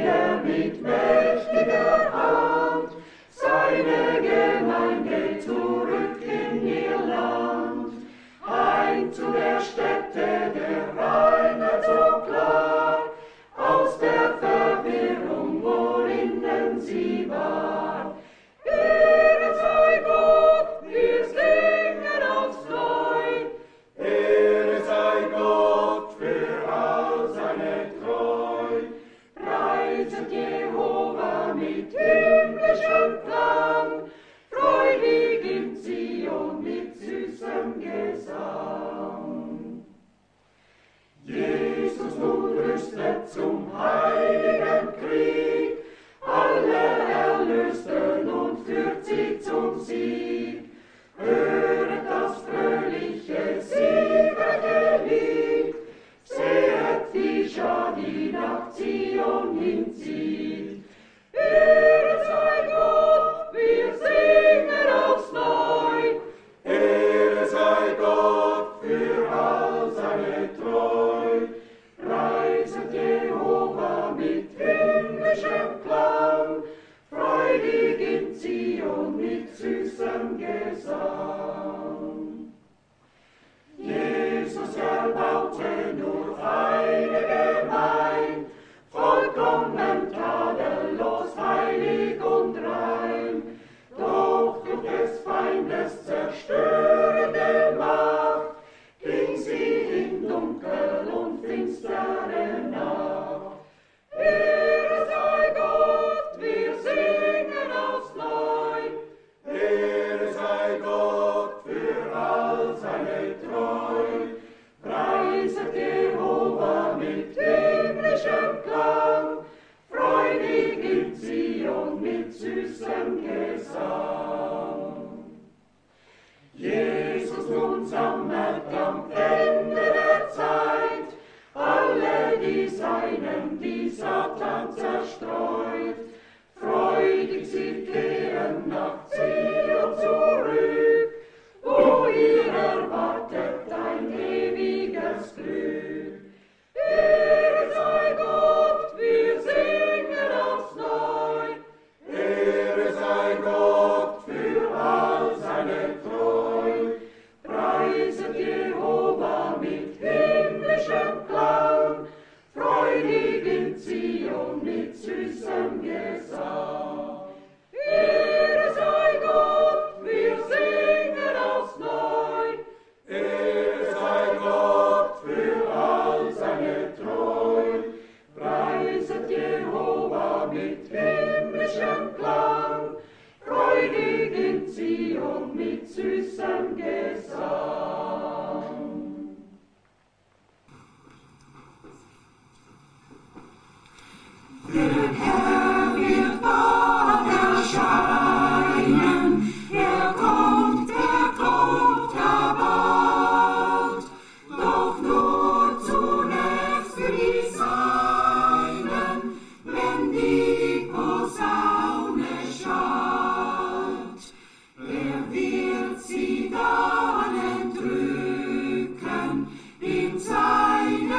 er mit mächtiger Hand seine Gemeinde zurück in ihr Land. Heim zu der Stätte der Reinheit so klar, aus der Verwirrung, worinnen sie war. Ehre sei Gott, wir singen aufs Neu. Ehre sei Gott für all seine Treu. Preiset Jehova mit himmlischem Klang, freudig in Zion mit süßem Gesang. Jesus nun rüstet zum heiligen Krieg, alle Erlösten und führt sie zum Sieg. Höret das fröhliche, siegreiche Lied, sehet die Schar, die nach Zion hinzieht. Ehre sei Gott, wir singen aufs Neu. Ehre sei Gott für all seine Treu. Preiset Jehova mit himmlischem Klang, freudig in Zion mit süßem Gesang. Jesus erbaute nur eine Gemeinde, vollkommen tadellos, heilig und rein. Doch durch des Feindes zerstörende Macht ging sie in Dunkel und finstere Nacht. Ehre sei Gott, wir singen aufs Neu. Ehre sei Gott für all seine Treu. Preiset Jehova mit himmlischem Klang, freudig in Zion mit süßem Gesang. Jesus nun sammelt am Ende der Zeit alle die Seinen, die Satan zerstreut. Freudig sie kehren nach Zion zurück, wo ihr erwartet ein ewiges Glück. Ehre sei Gott, wir singen aufs Neu. Ehre sei Gott für all seine Treu. Preiset Jehova mit himmlischem Klang, freudig in Zion mit süßem Gesang. Ehre sei Gott, wir singen aufs Neu. Ehre sei Gott für all seine Treu. Preiset Jehova mit himmlischem Klang, freudig in Zion mit süßem Gesang. Der Herr wird bald erscheinen, er kommt bald, doch nur zunächst für die Seinen, wenn die Posaune schallt. Er wird sie dann entrücken in seine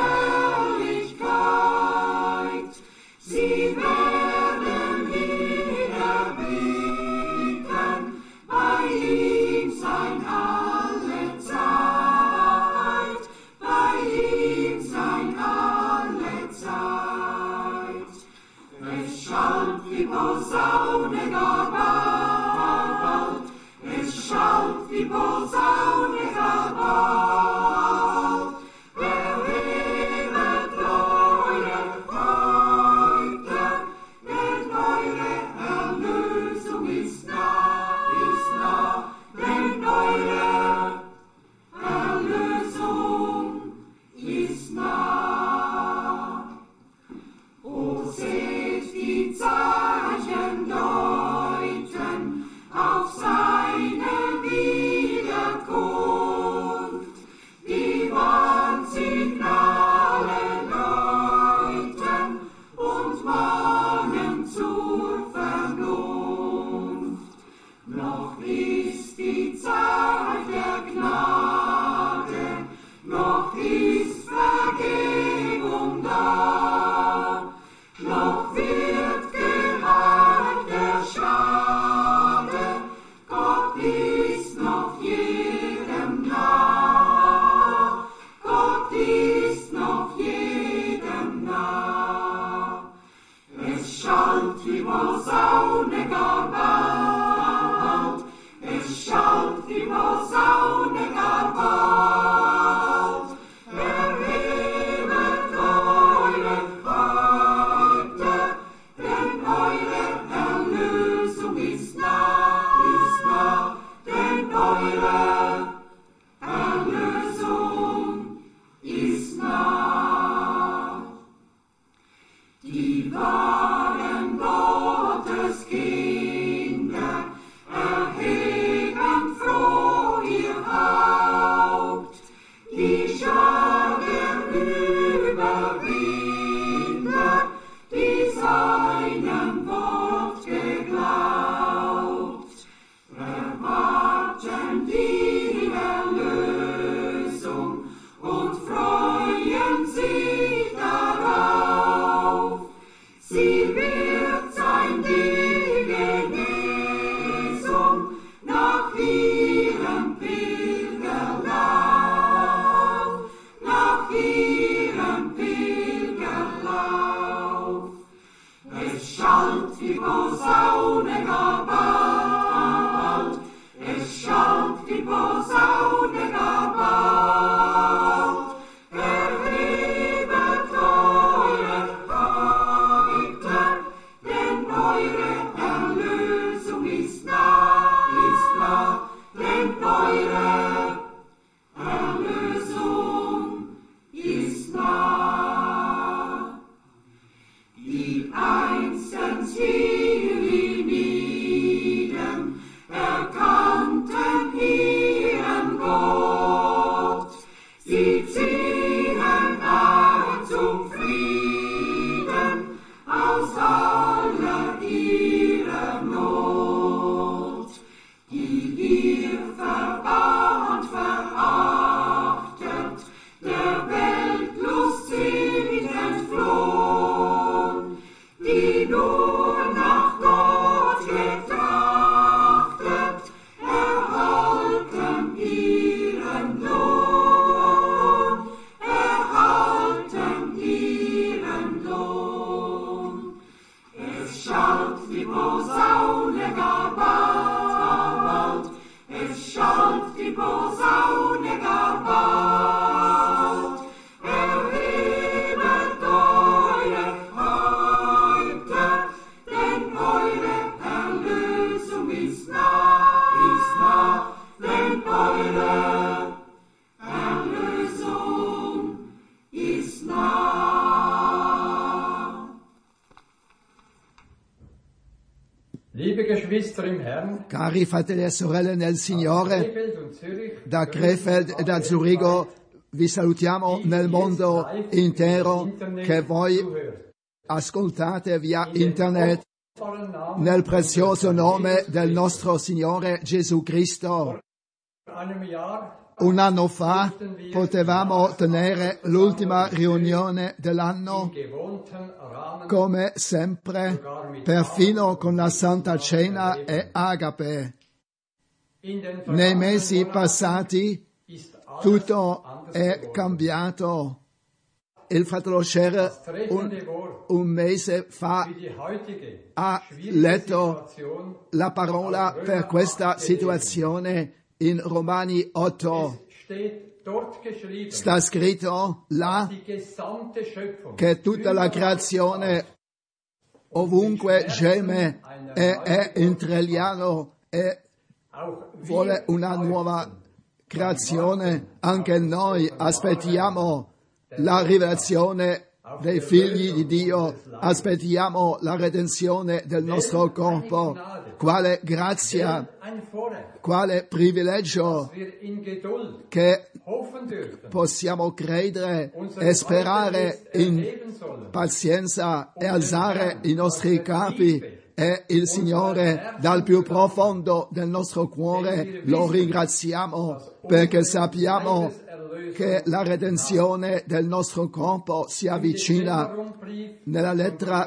Herrlichkeit. Sie werden wieder blicken, bei ihm sein alle Zeit, bei ihm sein alle Zeit. Es schallt die Posaune gar bald, es schallt die Posaune gar bald. Erhebet eure Häupter, Liebe Geschwister im Herrn, Cari fratelli e sorelle nel Signore, Krefeld und Zürich, da Krefeld e da Zurigo vi salutiamo nel mondo intero che voi ascoltate via internet nel prezioso nome del nostro Signore Gesù Cristo. einem Jahr Un anno fa potevamo tenere l'ultima riunione dell'anno, gewohnten Rahmen come sempre, perfino con la Santa Cena e Agape. in den Nei mesi passati ist alles tutto anders è geworden. cambiato. Il fratello Scherer Treffende Wort un mese fa für die heutige ha schwierige letto Situation la parola per questa situazione in Romani 8. steht dort geschrieben, Sta scritto là die gesamte Schöpfung che tutta la creazione ovunque geme e è intregliano e auch vuole una nuova creazione. Anche noi aspettiamo la rivelazione dei figli di Dio, aspettiamo la redenzione del nostro corpo. Quale grazia, ein Vorrecht, quale privilegio wir in Geduld che hoffen dürfen, possiamo credere e sperare in leben sollen. pazienza e alzare i nostri capi. E il Signore dal più profondo del nostro cuore lo ringraziamo perché sappiamo che la redenzione del nostro corpo si avvicina. Nella lettera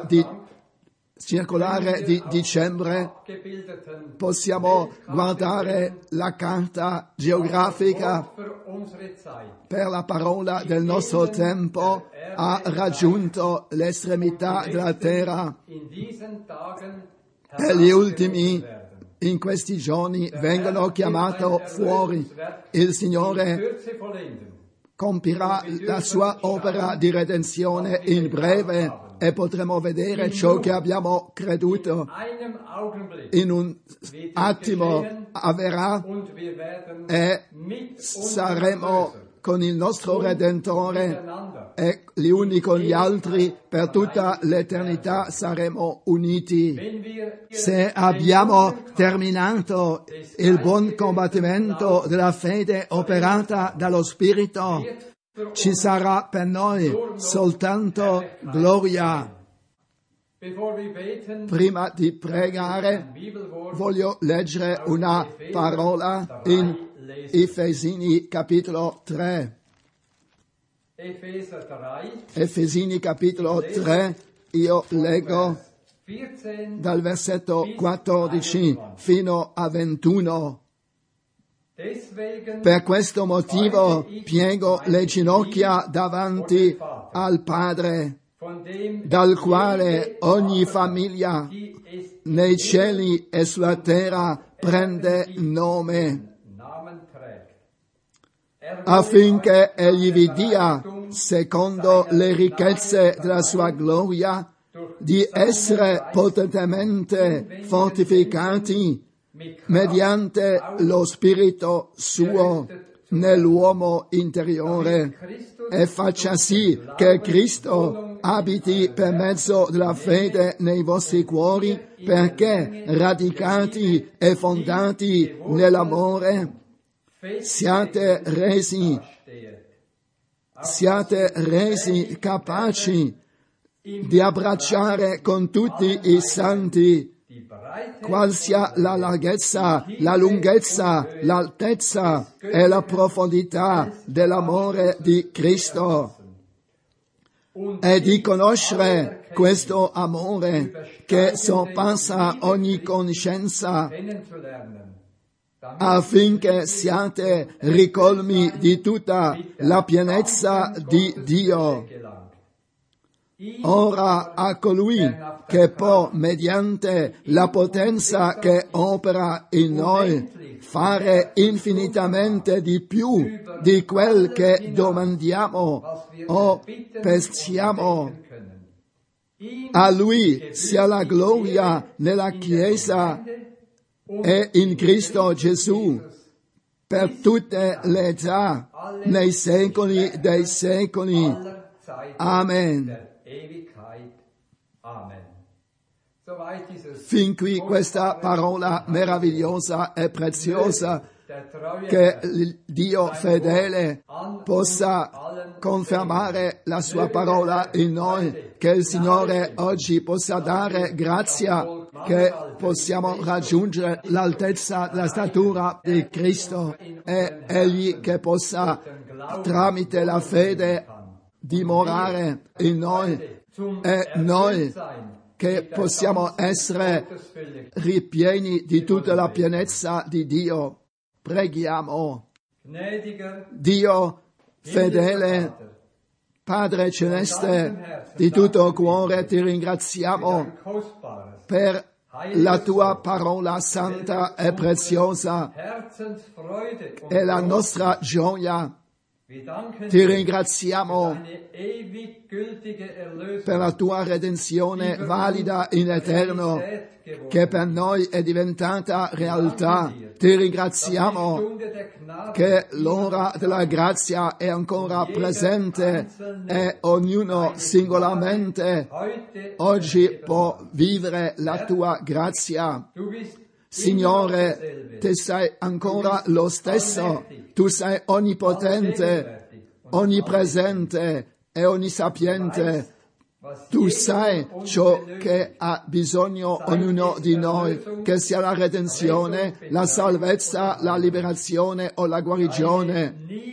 circolare di dicembre Gebildeten possiamo guardare la carta geografica für unsere Zeit. per la parola del nostro tempo ha raggiunto l'estremità della terra In diesen Tagen e gli ultimi werden. in questi giorni vengono chiamati fuori. Il Signore Kürze vollenden. compirà la sua opera di redenzione in breve e potremo vedere ciò che abbiamo creduto. Einem Augenblick In un attimo avverrà und wir werden e mit saremo con il nostro Redentore miteinander e gli uni con gli altri per tutta l'eternità saremo uniti. wenn wir Se abbiamo terminato il buon combattimento della fede operata dallo Spirito, ci sarà per noi soltanto gloria. bevor wir beten, Prima di pregare Bibelwort voglio leggere una parola in Efesini capitolo 3. Epheser 3, Efesini capitolo 3, io leggo 14. dal versetto 14 fino a 21. Deswegen Per questo motivo piego le ginocchia davanti al Padre, von dem dal quale ogni famiglia die es nei cieli e sulla terra prende nome, Namen trägt. affinché egli vi dia, secondo le ricchezze della sua gloria, di essere potentemente fortificati mediante lo Spirito suo nell'uomo interiore, e faccia sì che Cristo abiti per mezzo della fede nei vostri cuori, perché radicati e fondati nell'amore siate resi capaci di abbracciare con tutti i santi qual sia la larghezza, la lunghezza, l'altezza e la profondità dell'amore di Cristo, e di conoscere questo amore che sorpassa ogni conoscenza, affinché siate ricolmi di tutta la pienezza di Dio. Ora a colui che può, mediante la potenza che opera in noi, fare infinitamente di più di quel che domandiamo o pensiamo. A Lui sia la gloria nella Chiesa e in Cristo Gesù per tutte le età, nei secoli dei secoli. Amen. Ewigkeit. Amen. Soweit dieses Fin qui questa parola meravigliosa e preziosa, che il Dio fedele possa confermare la sua parola in noi, che il Signore oggi possa dare grazia, che possiamo raggiungere l'altezza, la statura di Cristo, e Egli che possa tramite la fede dimorare in noi, e noi che possiamo essere ripieni di tutta la pienezza di Dio. Preghiamo. Dio fedele, Padre celeste, di tutto cuore ti ringraziamo per la tua parola santa e preziosa, è la nostra gioia. Ti ringraziamo per la tua redenzione valida in eterno, che per noi è diventata realtà. Ti ringraziamo che l'ora della grazia è ancora presente e ognuno singolarmente oggi può vivere la tua grazia. Signore, te sei ancora lo stesso, tu sei onnipotente, onnipresente e onnisapiente. Tu sai ciò che ha bisogno ognuno di noi, che sia la redenzione, la salvezza, la liberazione o la guarigione.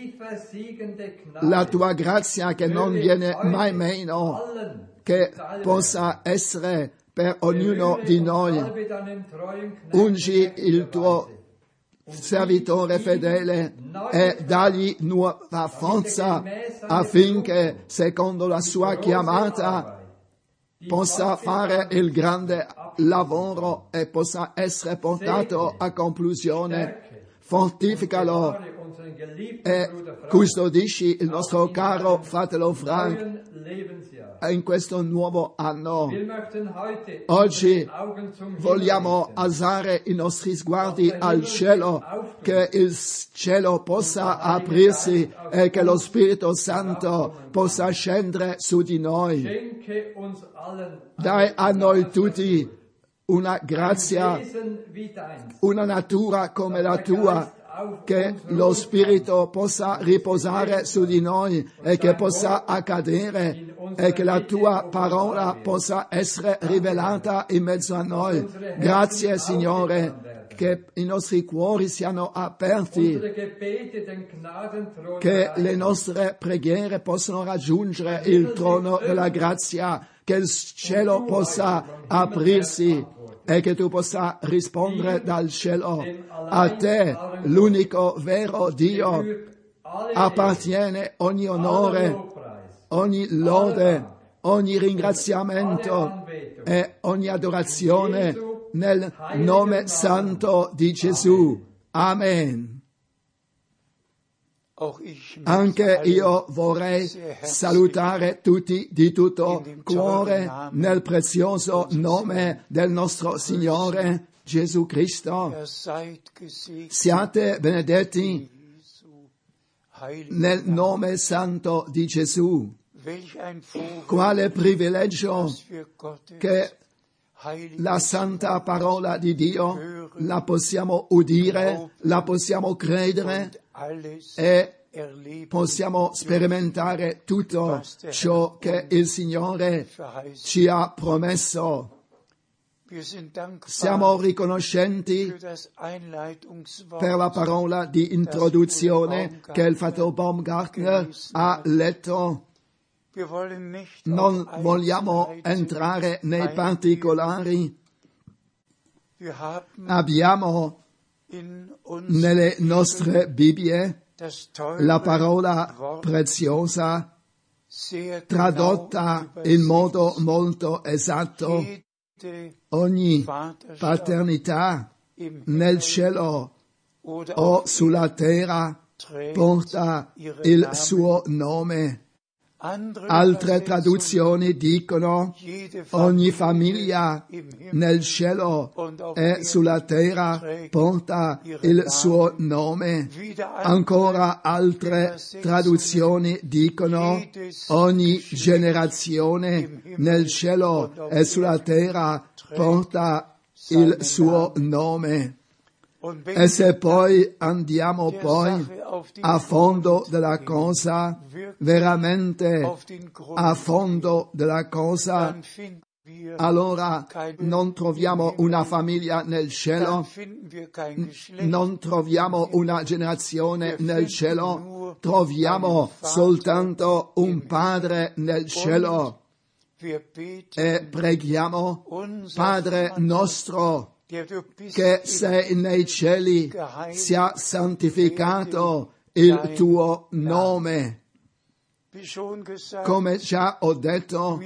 La tua grazia che non viene mai meno, che possa essere per ognuno di noi. Ungi il tuo servitore fedele e dagli nuova forza affinché, secondo la sua chiamata, possa fare il grande lavoro e possa essere portato a conclusione. Fortificalo e custodisci il nostro caro fratello Frank in questo nuovo anno. Oggi vogliamo alzare i nostri sguardi al cielo, che il cielo possa aprirsi e che lo Spirito Santo possa scendere su di noi. Dai a noi tutti una grazia, una natura come la tua, che lo Spirito possa riposare su di noi e che possa accadere e che la tua parola possa essere rivelata in mezzo a noi. Grazie Signore, che i nostri cuori siano aperti, che le nostre preghiere possano raggiungere il trono della grazia, che il cielo possa aprirsi e che tu possa rispondere dal cielo. A te, l'unico vero Dio, appartiene ogni onore, ogni lode, ogni ringraziamento e ogni adorazione nel nome santo di Gesù. Amen. Anche io vorrei salutare tutti di tutto cuore nel prezioso nome del nostro Signore Gesù Cristo. Siate benedetti nel nome santo di Gesù. Quale privilegio che la santa parola di Dio la possiamo udire, la possiamo credere e possiamo sperimentare tutto ciò che il Signore ci ha promesso. Siamo riconoscenti per la parola di introduzione che il fratello Baumgartner ha letto. Non vogliamo entrare nei particolari. Abbiamo nelle nostre Bibbie la parola preziosa tradotta in modo molto esatto. Ogni paternità nel cielo o sulla terra porta il suo nome. Altre traduzioni dicono ogni famiglia nel cielo e sulla terra porta il suo nome. Ancora altre traduzioni dicono ogni generazione nel cielo e sulla terra porta il suo nome. E se poi andiamo a fondo della cosa, veramente a fondo della cosa, allora non troviamo una famiglia nel cielo, non troviamo una generazione nel cielo, troviamo soltanto un Padre nel cielo. E preghiamo, Padre nostro, che sei nei cieli, sia santificato il tuo nome. Come già ho detto,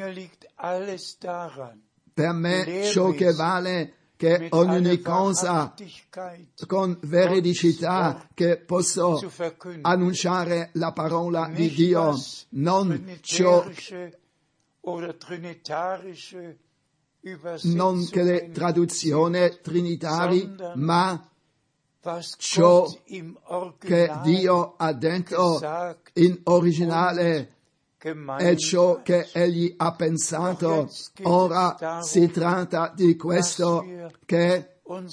per me ciò che vale che ogni cosa con veridicità che posso annunciare la parola di Dio, non ciò non che le traduzioni trinitari, ma ciò che Dio ha detto in originale è ciò che Egli ha pensato. Ora si tratta di questo, che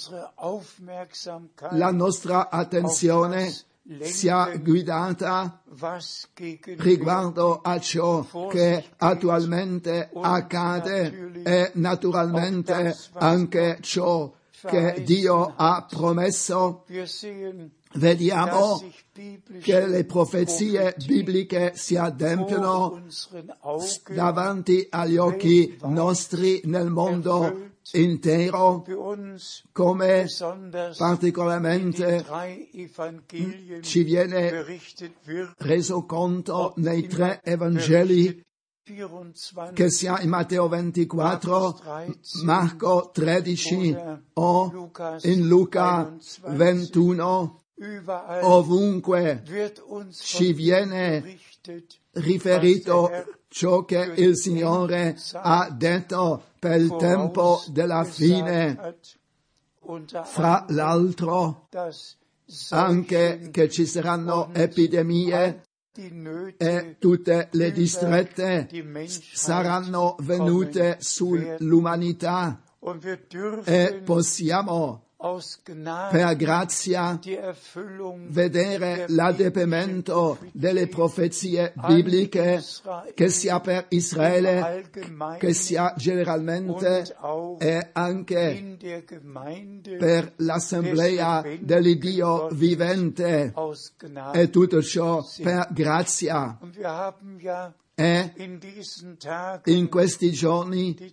la nostra attenzione sia guidata riguardo a ciò che attualmente accade e naturalmente anche ciò che Dio ha promesso. Vediamo che le profezie bibliche si adempiono davanti agli occhi nostri nel mondo intero, come particolarmente ci viene reso conto nei 3 Evangeli, che sia in Matteo 24, Marco 13 o in Luca 21. Ovunque ci viene riferito ciò che il Signore ha detto per il tempo della fine. Fra l'altro, anche che ci saranno epidemie e tutte le distrette saranno venute sull'umanità, e possiamo per grazia vedere l'adempimento delle profezie bibliche, che sia per Israele, che sia generalmente e anche per l'assemblea dell'Iddio vivente, e tutto ciò per grazia. E in questi giorni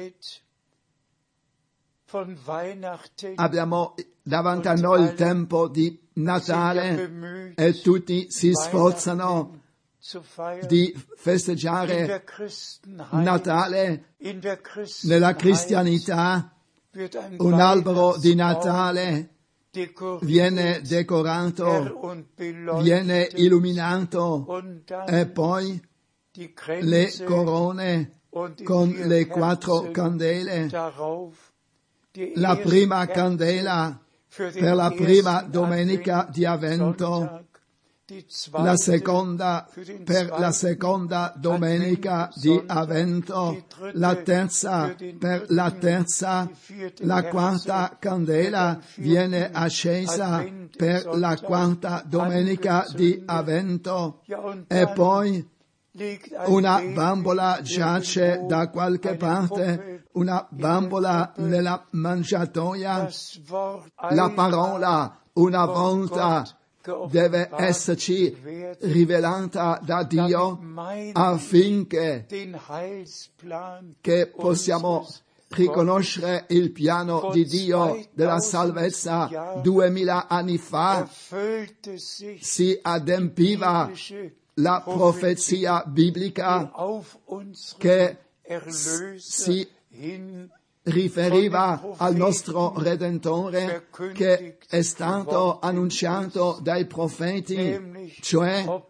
abbiamo davanti a noi il tempo di Natale e tutti si sforzano di festeggiare Natale. Nella cristianità un albero di Natale viene decorato, viene illuminato, e poi le corone con le 4 candele. La prima candela per la prima domenica di Avvento, la seconda per la seconda domenica di Avvento, la terza per la terza, la quarta candela viene accesa per la quarta domenica di Avvento, e poi una bambola giace da qualche parte, una bambola nella mangiatoia. La parola una volta deve esserci rivelata da Dio, affinché che possiamo riconoscere il piano di Dio della salvezza. 2000 anni fa si adempiva la profezia biblica che si riferiva al nostro Redentore, che è stato annunciato dai profeti, cioè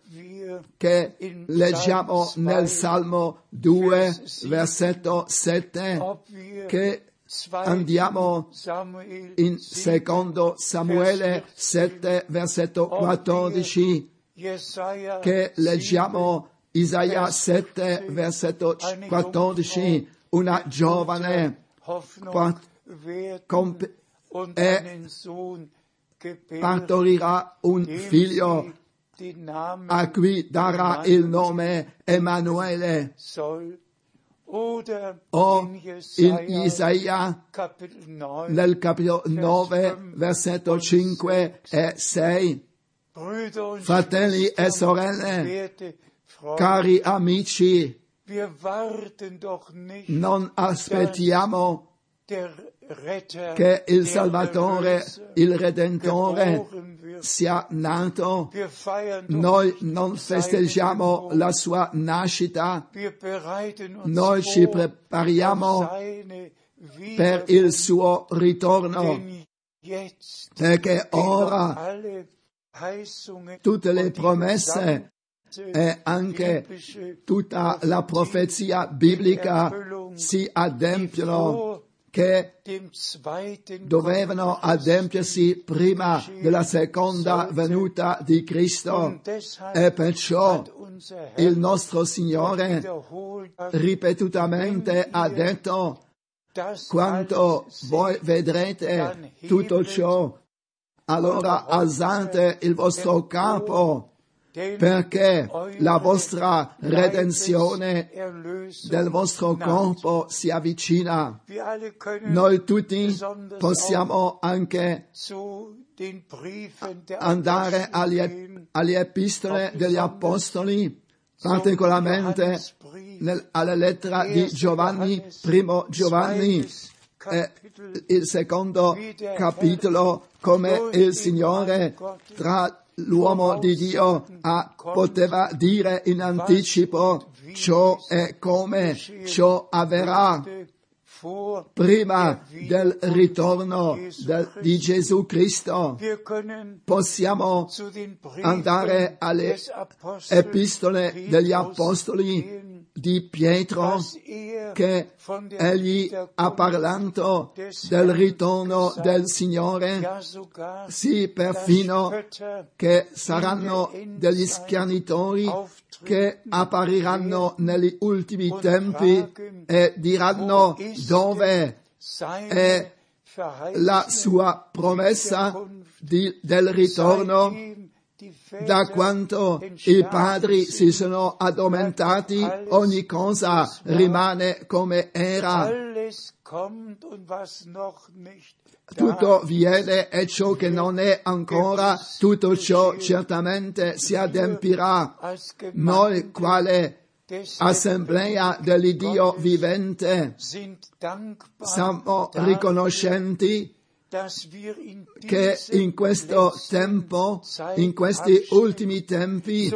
che leggiamo nel Salmo 2, versetto 7, che andiamo in secondo Samuele 7, versetto 14, che leggiamo Isaia 7, versetto 14, una giovane partorirà un figlio a cui darà il nome Emanuele. O in Isaia nel capitolo 9, versetto 5 e 6, fratelli e sorelle, cari amici, non aspettiamo che il Salvatore, il Redentore, sia nato. Noi non festeggiamo la sua nascita, noi ci prepariamo per il suo ritorno, perché ora tutte le promesse e anche tutta la profezia biblica si adempiono, che dovevano adempiersi prima della seconda venuta di Cristo, e perciò il nostro Signore ripetutamente ha detto: quando voi vedrete tutto ciò, allora alzate il vostro capo, perché la vostra redenzione del vostro corpo si avvicina. Noi tutti possiamo anche andare alle epistole degli Apostoli, particolarmente alla lettera di Giovanni, primo Giovanni, il secondo capitolo, come il Signore tra l'uomo di Dio poteva dire in anticipo ciò e come ciò avverrà prima del ritorno di Gesù Cristo. Possiamo andare alle epistole degli Apostoli di Pietro, che egli ha parlato del ritorno del Signore, sì, perfino che saranno degli schernitori che appariranno negli ultimi tempi e diranno dove è la sua promessa del ritorno. Da quanto i padri si sono addormentati, ogni cosa rimane come era. Tutto viene e ciò che non è ancora, tutto ciò certamente si adempirà. Noi, quale assemblea dell'Iddio vivente, siamo riconoscenti che in questo tempo, in questi ultimi tempi,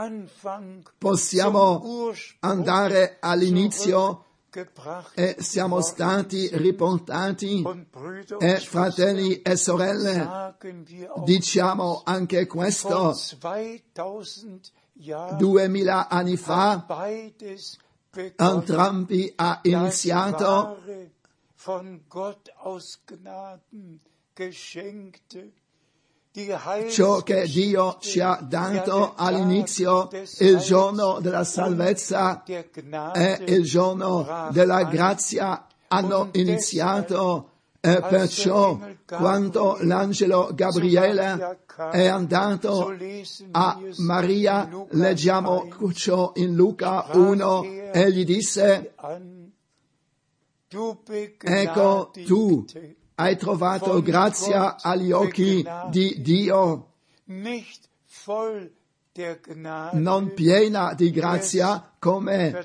possiamo andare all'inizio e siamo stati riportati, e fratelli e sorelle, diciamo anche questo: 2000 anni fa entrambi ha iniziato ciò che Dio ci ha dato all'inizio, il giorno della salvezza e il giorno della grazia hanno iniziato, e perciò quando l'angelo Gabriele è andato a Maria, leggiamo ciò in Luca 1, e gli disse: ecco, tu hai trovato grazia agli occhi di Dio, non piena di grazia, come,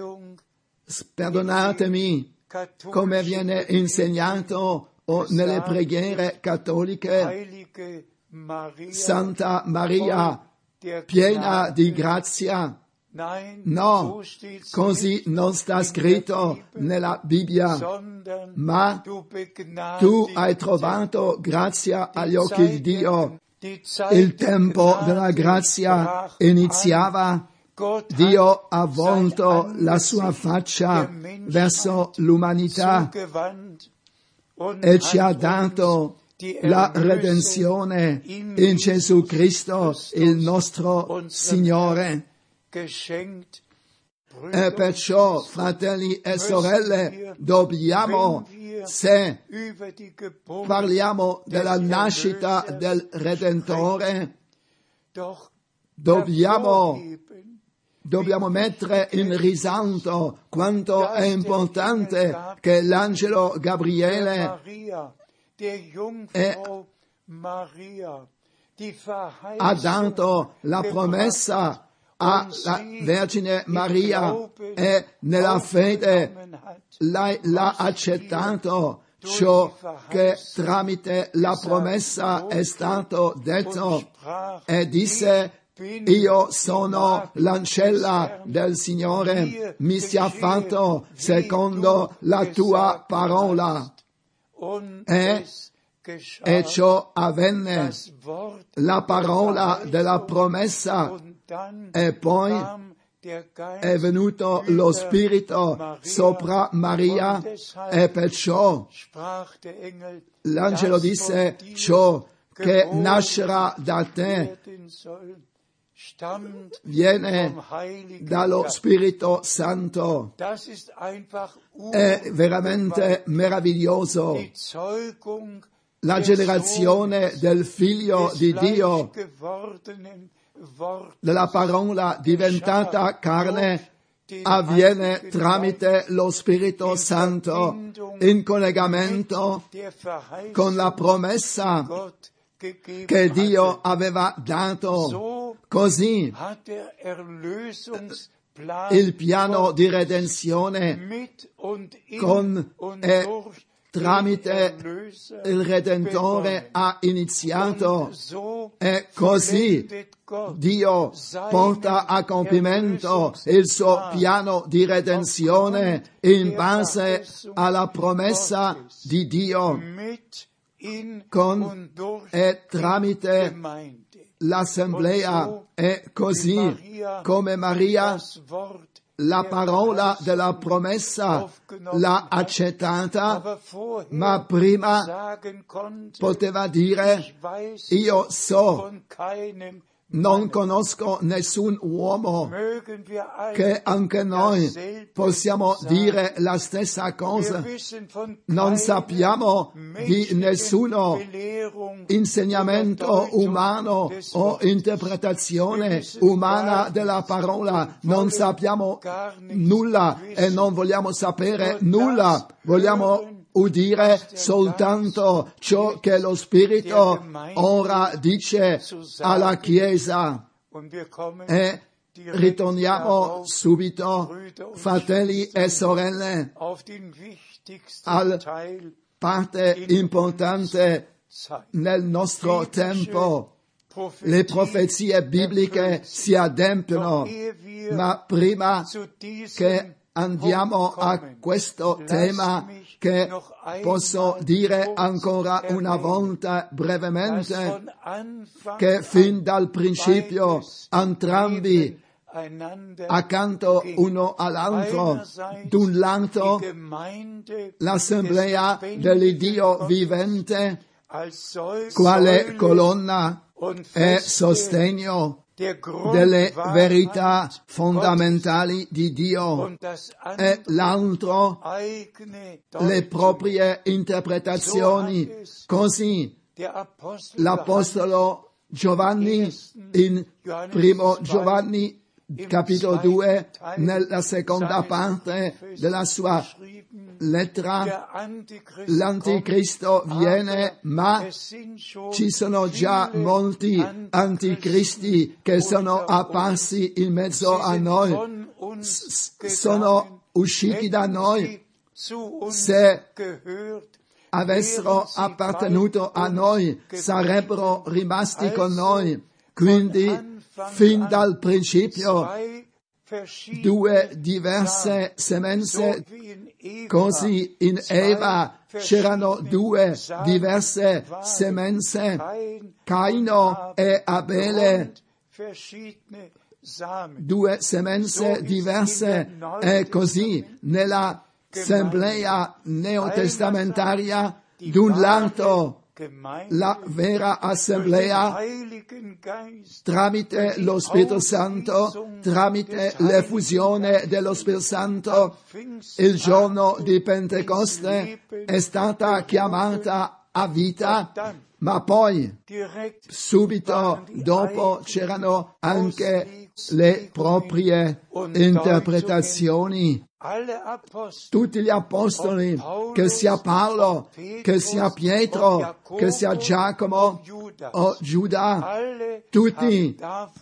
perdonatemi, come viene insegnato nelle preghiere cattoliche, Santa Maria, piena di grazia. No, così non sta scritto nella Bibbia, ma tu hai trovato grazia agli occhi di Dio. il tempo della grazia iniziava, Dio ha volto la sua faccia verso l'umanità e ci ha dato la redenzione in Gesù Cristo, il nostro Signore. E perciò, fratelli e sorelle, dobbiamo, se parliamo della nascita del Redentore, dobbiamo mettere in risalto quanto è importante che l'angelo Gabriele ha dato la promessa alla Vergine Maria e nella fede l'ha accettato ciò che tramite la promessa è stato detto e disse: io sono l'ancella del Signore, mi sia fatto secondo la tua parola. E ciò avvenne, la parola della promessa, e poi è venuto lo Spirito sopra Maria, e perciò l'angelo disse: ciò che nascerà da te viene dallo Spirito Santo. È veramente meraviglioso. La generazione del Figlio di Dio, della parola diventata carne, avviene tramite lo Spirito Santo, in collegamento con la promessa che Dio aveva dato. Così il piano di redenzione con e tramite il Redentore ha iniziato, e così Dio porta a compimento il suo piano di redenzione in base alla promessa di Dio, con e tramite l'assemblea, e così come Maria la parola della promessa l'ha accettata, ma prima poteva dire: io so, non conosco nessun uomo, che anche noi possiamo dire la stessa cosa. Non sappiamo di nessuno insegnamento umano o interpretazione umana della parola. Non sappiamo nulla e non vogliamo sapere nulla. Vogliamo udire soltanto ciò che lo Spirito ora dice alla Chiesa. E ritorniamo subito, fratelli e sorelle, alla parte importante nel nostro tempo. Le profezie bibliche si adempiono, ma prima che andiamo a questo tema, che posso dire ancora una volta brevemente, che fin dal principio entrambi accanto uno all'altro, d'un lato l'assemblea dell'Iddio vivente, quale colonna e sostegno delle verità fondamentali di Dio, e l'altro le proprie interpretazioni. Così l'Apostolo Giovanni in 1 Giovanni capitolo 2, nella seconda parte della sua lettera: l'anticristo viene, ma ci sono già molti anticristi che sono apparsi in mezzo a noi, sono usciti da noi. Se avessero appartenuto a noi, sarebbero rimasti con noi. Quindi, fin dal principio, due diverse semenze, così in Eva c'erano due diverse semenze, Caino e Abele, due semenze diverse, e così nell'assemblea neotestamentaria, d'un lato la vera assemblea tramite lo Spirito Santo, tramite l'effusione dello Spirito Santo, il giorno di Pentecoste è stata chiamata a vita, ma poi subito dopo c'erano anche le proprie interpretazioni. Tutti gli apostoli, che sia Paolo, che sia Pietro, che sia Giacomo o Giuda, tutti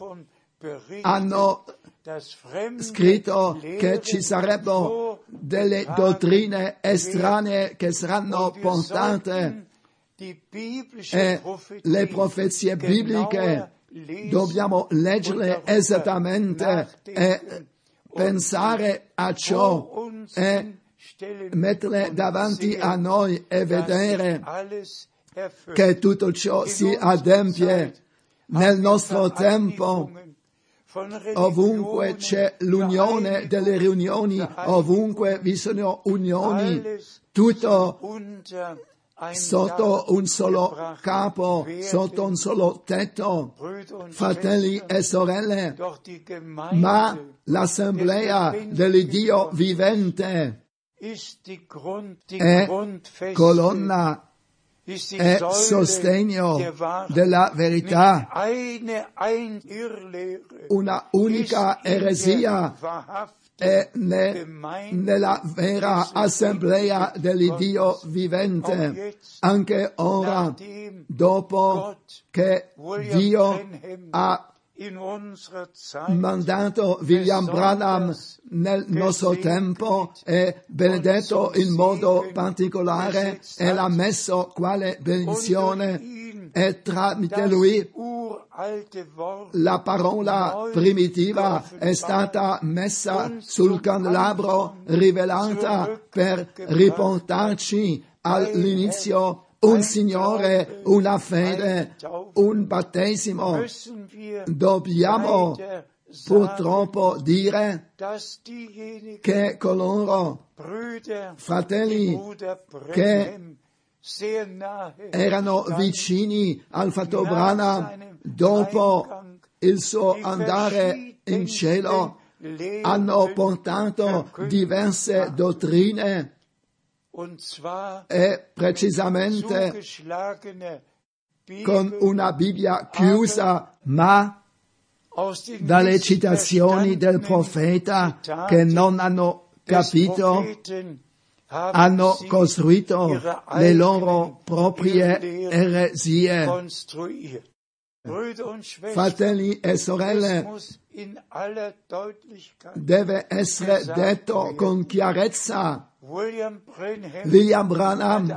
hanno scritto che ci sarebbero delle dottrine estranee che saranno portate, e le profezie bibliche dobbiamo leggerle esattamente e pensare a ciò e metterle davanti a noi e vedere che tutto ciò si adempie nel nostro tempo. Ovunque c'è l'unione delle riunioni, ovunque vi sono unioni, tutto sotto un solo capo, sotto un solo tetto, fratelli e sorelle, ma l'assemblea dell'Iddio vivente è colonna e sostegno della verità. Una unica eresia è nella vera assemblea dell'Iddio vivente. Anche ora, dopo che Dio ha mandato William Branham nel nostro tempo e benedetto in modo particolare e l'ha messo quale benedizione, e tramite lui la parola primitiva è stata messa sul candelabro, rivelata per riportarci all'inizio un Signore, una fede, un battesimo. Dobbiamo purtroppo dire che coloro, fratelli, che erano vicini al fratello Branham dopo il suo andare in cielo, hanno portato diverse dottrine, e precisamente con una Bibbia chiusa, ma dalle citazioni del profeta che non hanno capito, hanno costruito le loro proprie eresie. Fratelli e sorelle, deve essere detto con chiarezza: William Branham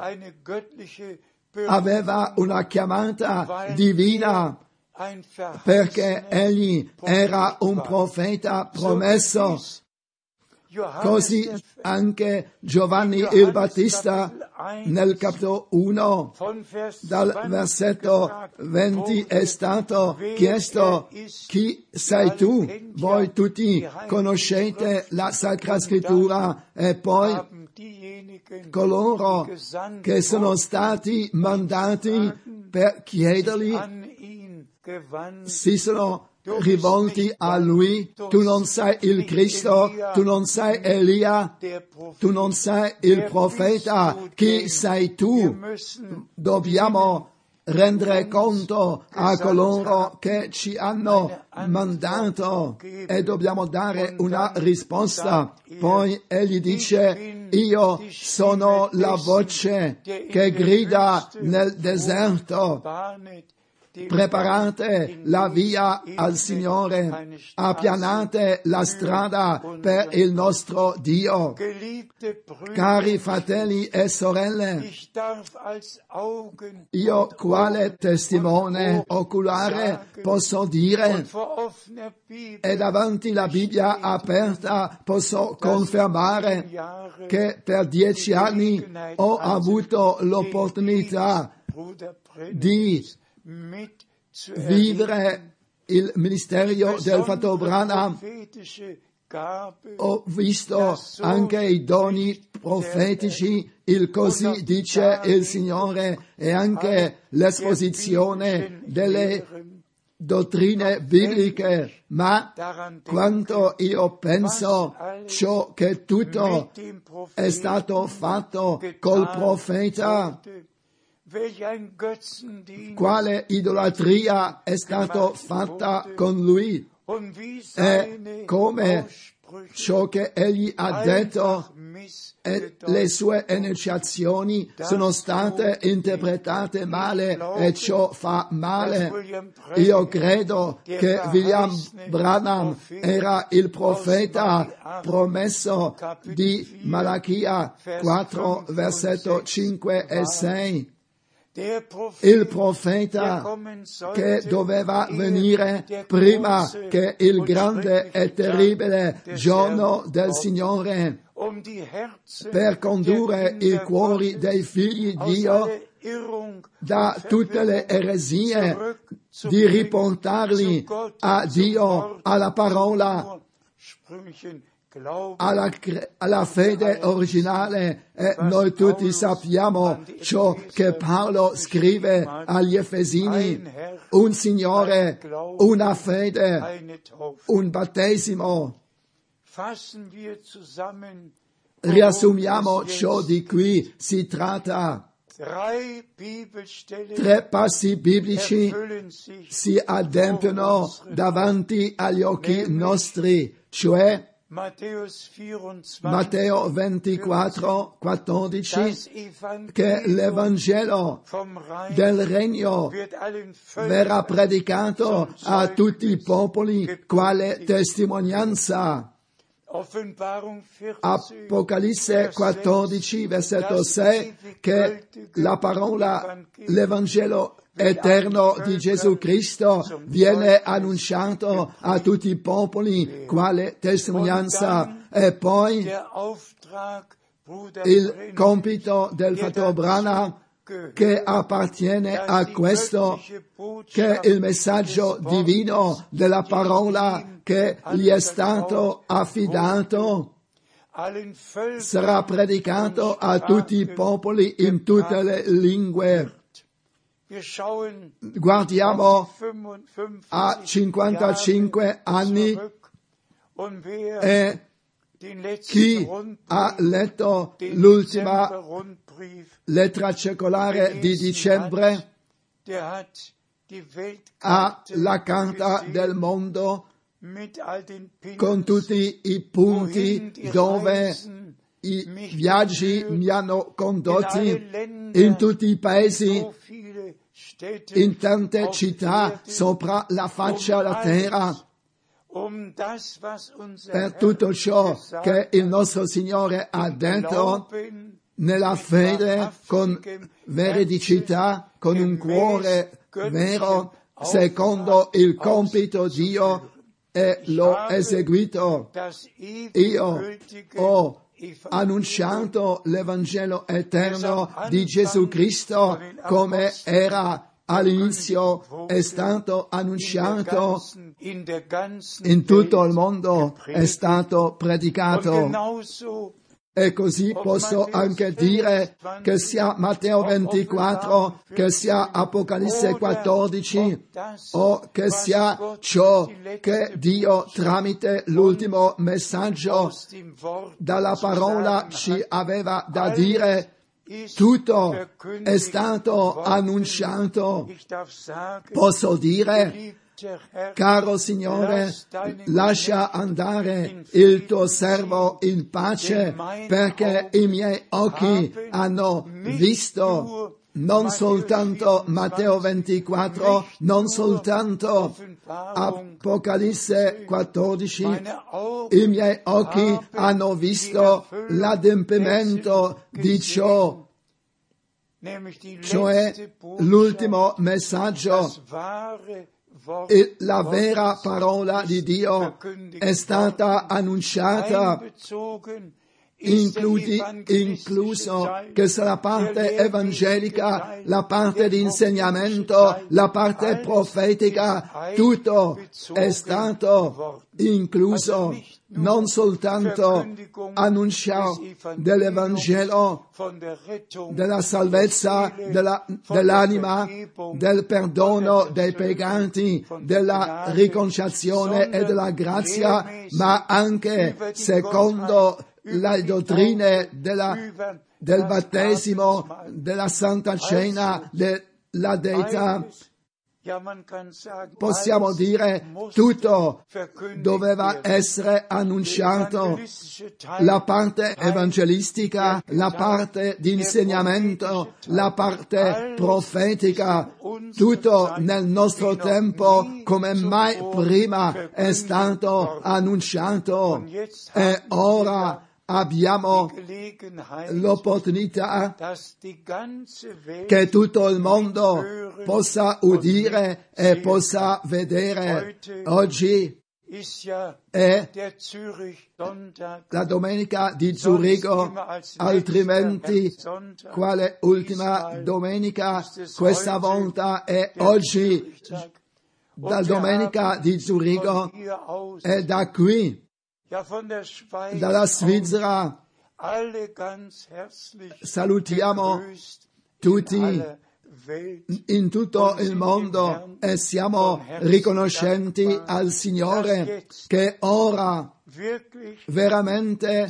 aveva una chiamata divina, perché egli era un profeta promesso. Così anche Giovanni il Battista nel capitolo 1 dal versetto 20 è stato chiesto: chi sei tu? Voi tutti conoscete la Sacra Scrittura. E poi coloro che sono stati mandati per chiedergli si sono rivolti a lui: tu non sei il Cristo, tu non sei Elia, tu non sei il profeta, chi sei tu? Dobbiamo rendere conto a coloro che ci hanno mandato e dobbiamo dare una risposta. Poi egli dice: io sono la voce che grida nel deserto. preparate la via al Signore, appianate la strada per il nostro Dio. Cari fratelli e sorelle, io quale testimone oculare posso dire e davanti la Bibbia aperta posso confermare che per 10 anni ho avuto l'opportunità di vivere il ministero del fratello Branham. Ho visto anche i doni profetici, il così dice il Signore, e anche l'esposizione delle dottrine bibliche, ma quando io penso ciò che tutto è stato fatto col profeta, quale idolatria è stata fatta con lui e come ciò che egli ha detto e le sue enunciazioni sono state interpretate male e ciò fa male. Io credo che William Branham era il profeta promesso di Malachia 4, versetto 5 e 6. Il profeta che doveva venire prima che il grande e terribile giorno del Signore per condurre i cuori dei figli di Dio da tutte le eresie, di riportarli a Dio, alla parola, alla fede originale. E noi tutti sappiamo ciò che Paolo scrive agli Efesini: un Signore, una fede, un battesimo. Riassumiamo ciò di cui si tratta. 3 passi biblici si adempiono davanti agli occhi nostri, cioè Matteo 24, 14, che l'Evangelo del Regno verrà predicato a tutti i popoli quale testimonianza. Apocalisse 14, versetto 6, che la parola, l'Evangelo eterno di Gesù Cristo viene annunciato a tutti i popoli quale testimonianza. E poi il compito del fratello Branham, che appartiene a questo, che il messaggio divino della parola che gli è stato affidato sarà predicato a tutti i popoli in tutte le lingue. Guardiamo a 55 anni e chi ha letto l'ultima lettera circolare di dicembre ha la carta del mondo con tutti i punti dove i viaggi mi hanno condotti in tutti i paesi, in tante città sopra la faccia della terra, per tutto ciò che il nostro Signore ha detto nella fede, con veridicità, con un cuore vero, secondo il compito di Dio, e l'ho eseguito. Io ho annunciato l'Evangelo eterno di Gesù Cristo come era all'inizio, è stato annunciato in tutto il mondo, è stato predicato. E così posso anche dire che sia Matteo 24, che sia Apocalisse 14, o che sia ciò che Dio tramite l'ultimo messaggio dalla parola ci aveva da dire. Tutto è stato annunciato. Posso dire: caro Signore, lascia andare il tuo servo in pace, perché i miei occhi hanno visto non soltanto Matteo 24, non soltanto Apocalisse 14, i miei occhi hanno visto l'adempimento di ciò, cioè l'ultimo messaggio, la vera parola di Dio è stata annunciata, incluso che sia la parte evangelica, la parte di insegnamento, la parte profetica, tutto è stato incluso, non soltanto annuncio dell'Evangelo, della salvezza dell'anima, del perdono dei peccati, della riconciliazione e della grazia, ma anche secondo le dottrine del battesimo, della Santa Cena, della Deità. Possiamo dire tutto doveva essere annunciato, la parte evangelistica, la parte di insegnamento, la parte profetica, tutto nel nostro tempo come mai prima è stato annunciato, e ora abbiamo l'opportunità che tutto il mondo possa udire e possa vedere. Oggi è la domenica di Zurigo, altrimenti quale ultima domenica, questa volta è oggi, la domenica di Zurigo, e da qui, dalla Svizzera, salutiamo tutti in tutto il mondo e siamo riconoscenti al Signore che ora veramente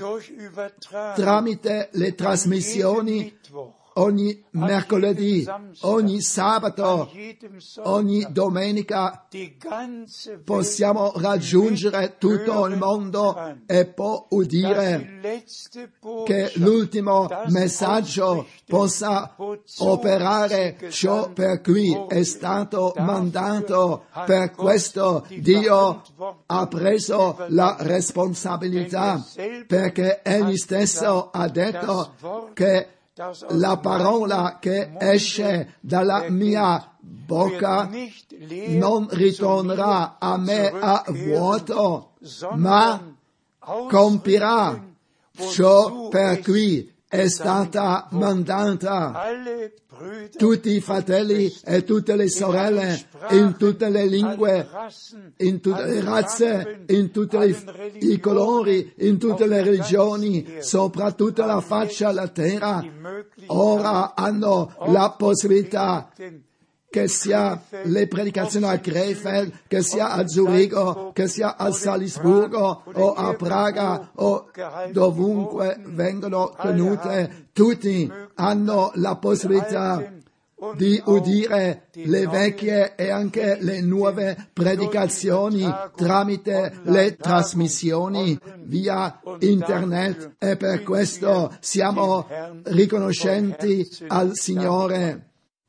tramite le trasmissioni ogni mercoledì, ogni sabato, ogni domenica possiamo raggiungere tutto il mondo e può udire che l'ultimo messaggio possa operare ciò per cui è stato mandato. Per questo Dio ha preso la responsabilità, perché Egli stesso ha detto che la parola che esce dalla mia bocca non ritornerà a me a vuoto, ma compirà ciò per cui è stata mandata. Tutti i fratelli e tutte le sorelle, in tutte le lingue, in tutte le razze, in tutti i colori, in tutte le religioni, soprattutto la faccia della terra, ora hanno la possibilità, che sia le predicazioni a Krefeld, che sia a Zurigo, che sia a Salisburgo o a Praga o dovunque vengono tenute, tutti hanno la possibilità di udire le vecchie e anche le nuove predicazioni tramite le trasmissioni via internet, e per questo siamo riconoscenti al Signore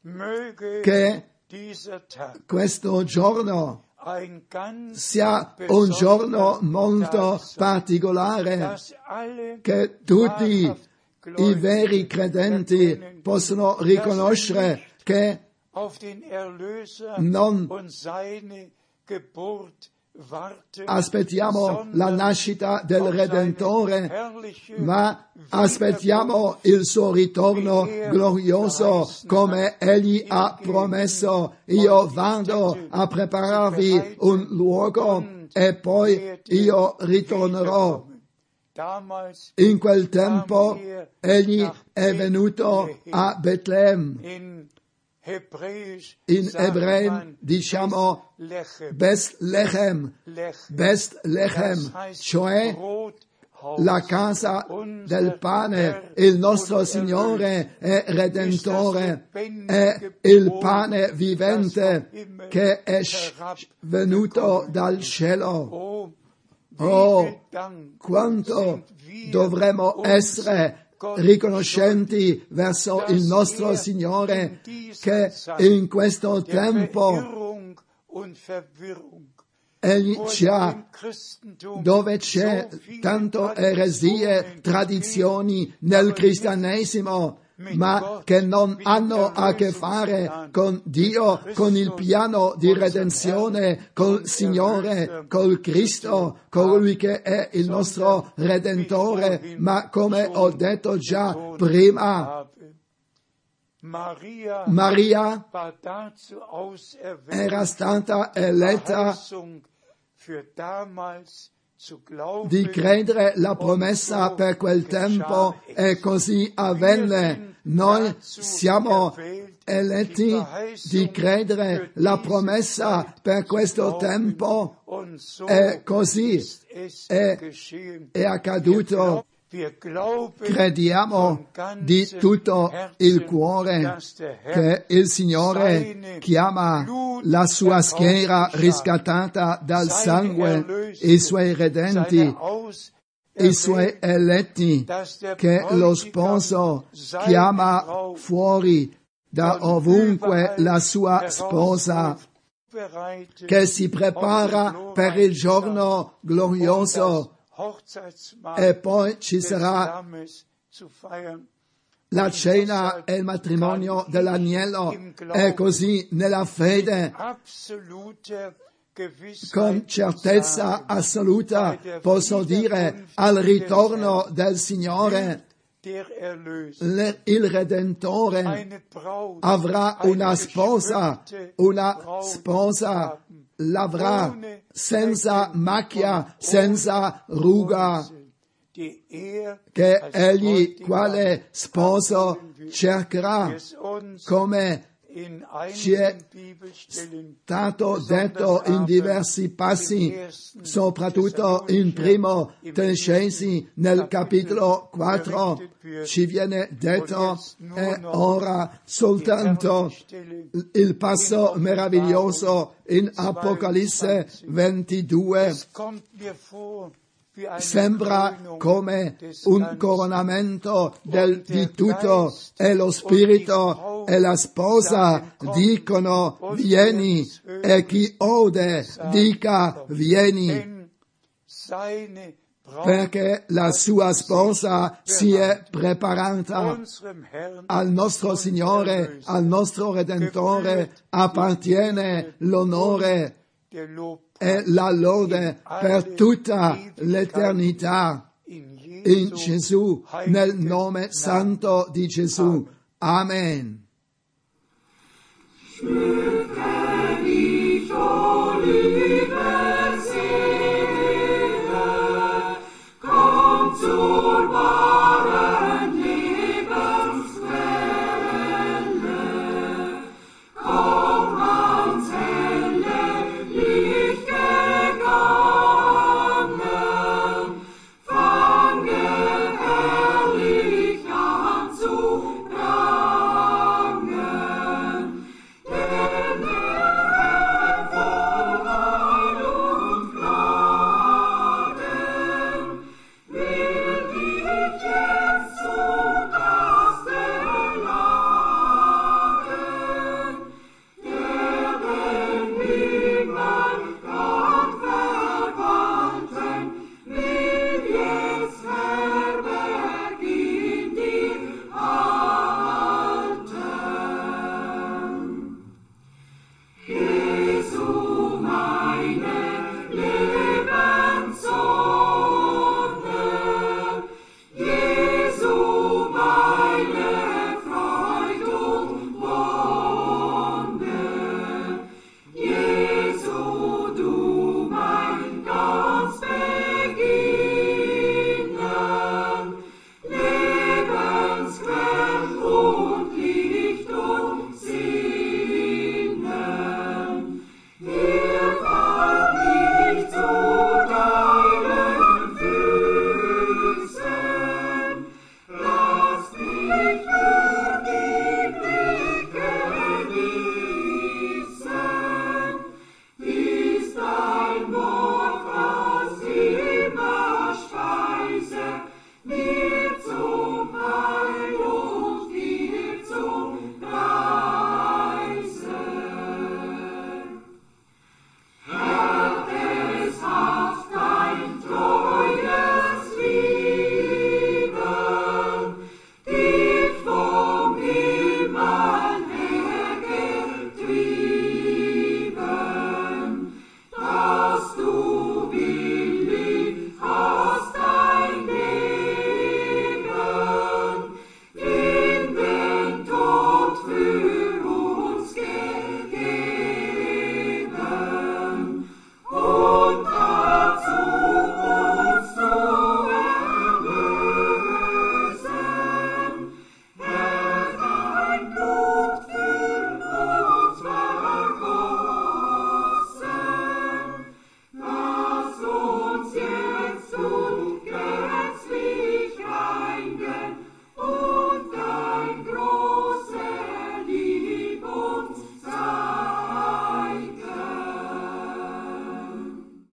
che questo giorno sia un giorno molto particolare, che tutti i veri credenti possono riconoscere che non aspettiamo la nascita del Redentore, ma aspettiamo il suo ritorno glorioso, come Egli ha promesso. Io vado a prepararvi un luogo e poi io ritornerò. In quel tempo Egli è venuto a Betlemme. In ebreo diciamo Bethlehem, cioè la casa del pane. Il nostro Signore è Redentore, è il pane vivente che è venuto dal cielo. Oh, quanto dovremmo essere riconoscenti verso il nostro Signore che in questo tempo Egli ci ha, dove c'è tanto eresie, tradizioni nel cristianesimo, ma che non hanno a che fare con Dio, con il piano di redenzione, col Signore, col Cristo, colui che è il nostro Redentore. Ma come ho detto già prima, Maria era stata eletta di credere la promessa per quel tempo e così avvenne. Noi siamo eletti di credere la promessa per questo tempo e così è accaduto. Crediamo di tutto il cuore che il Signore chiama la sua schiera riscattata dal sangue, i suoi redenti, i suoi eletti, che lo sposo chiama fuori da ovunque la sua sposa, che si prepara per il giorno glorioso. E poi ci sarà la cena e il matrimonio dell'agnello, e così nella fede, con certezza assoluta, posso dire al ritorno del Signore, il Redentore avrà una sposa l'avrà senza macchia, senza ruga, che egli quale sposo cercherà, come ci è stato detto in diversi passi, soprattutto in primo Tessalonicesi nel capitolo 4, ci viene detto, e ora soltanto il passo meraviglioso in Apocalisse 22, sembra come un coronamento di tutto, e lo Spirito e la sposa dicono vieni, e chi ode dica vieni, perché la sua sposa si è preparata. Al nostro Signore, al nostro Redentore appartiene l'onore e la lode per tutta l'eternità. In Gesù, nel nome santo di Gesù. Amen.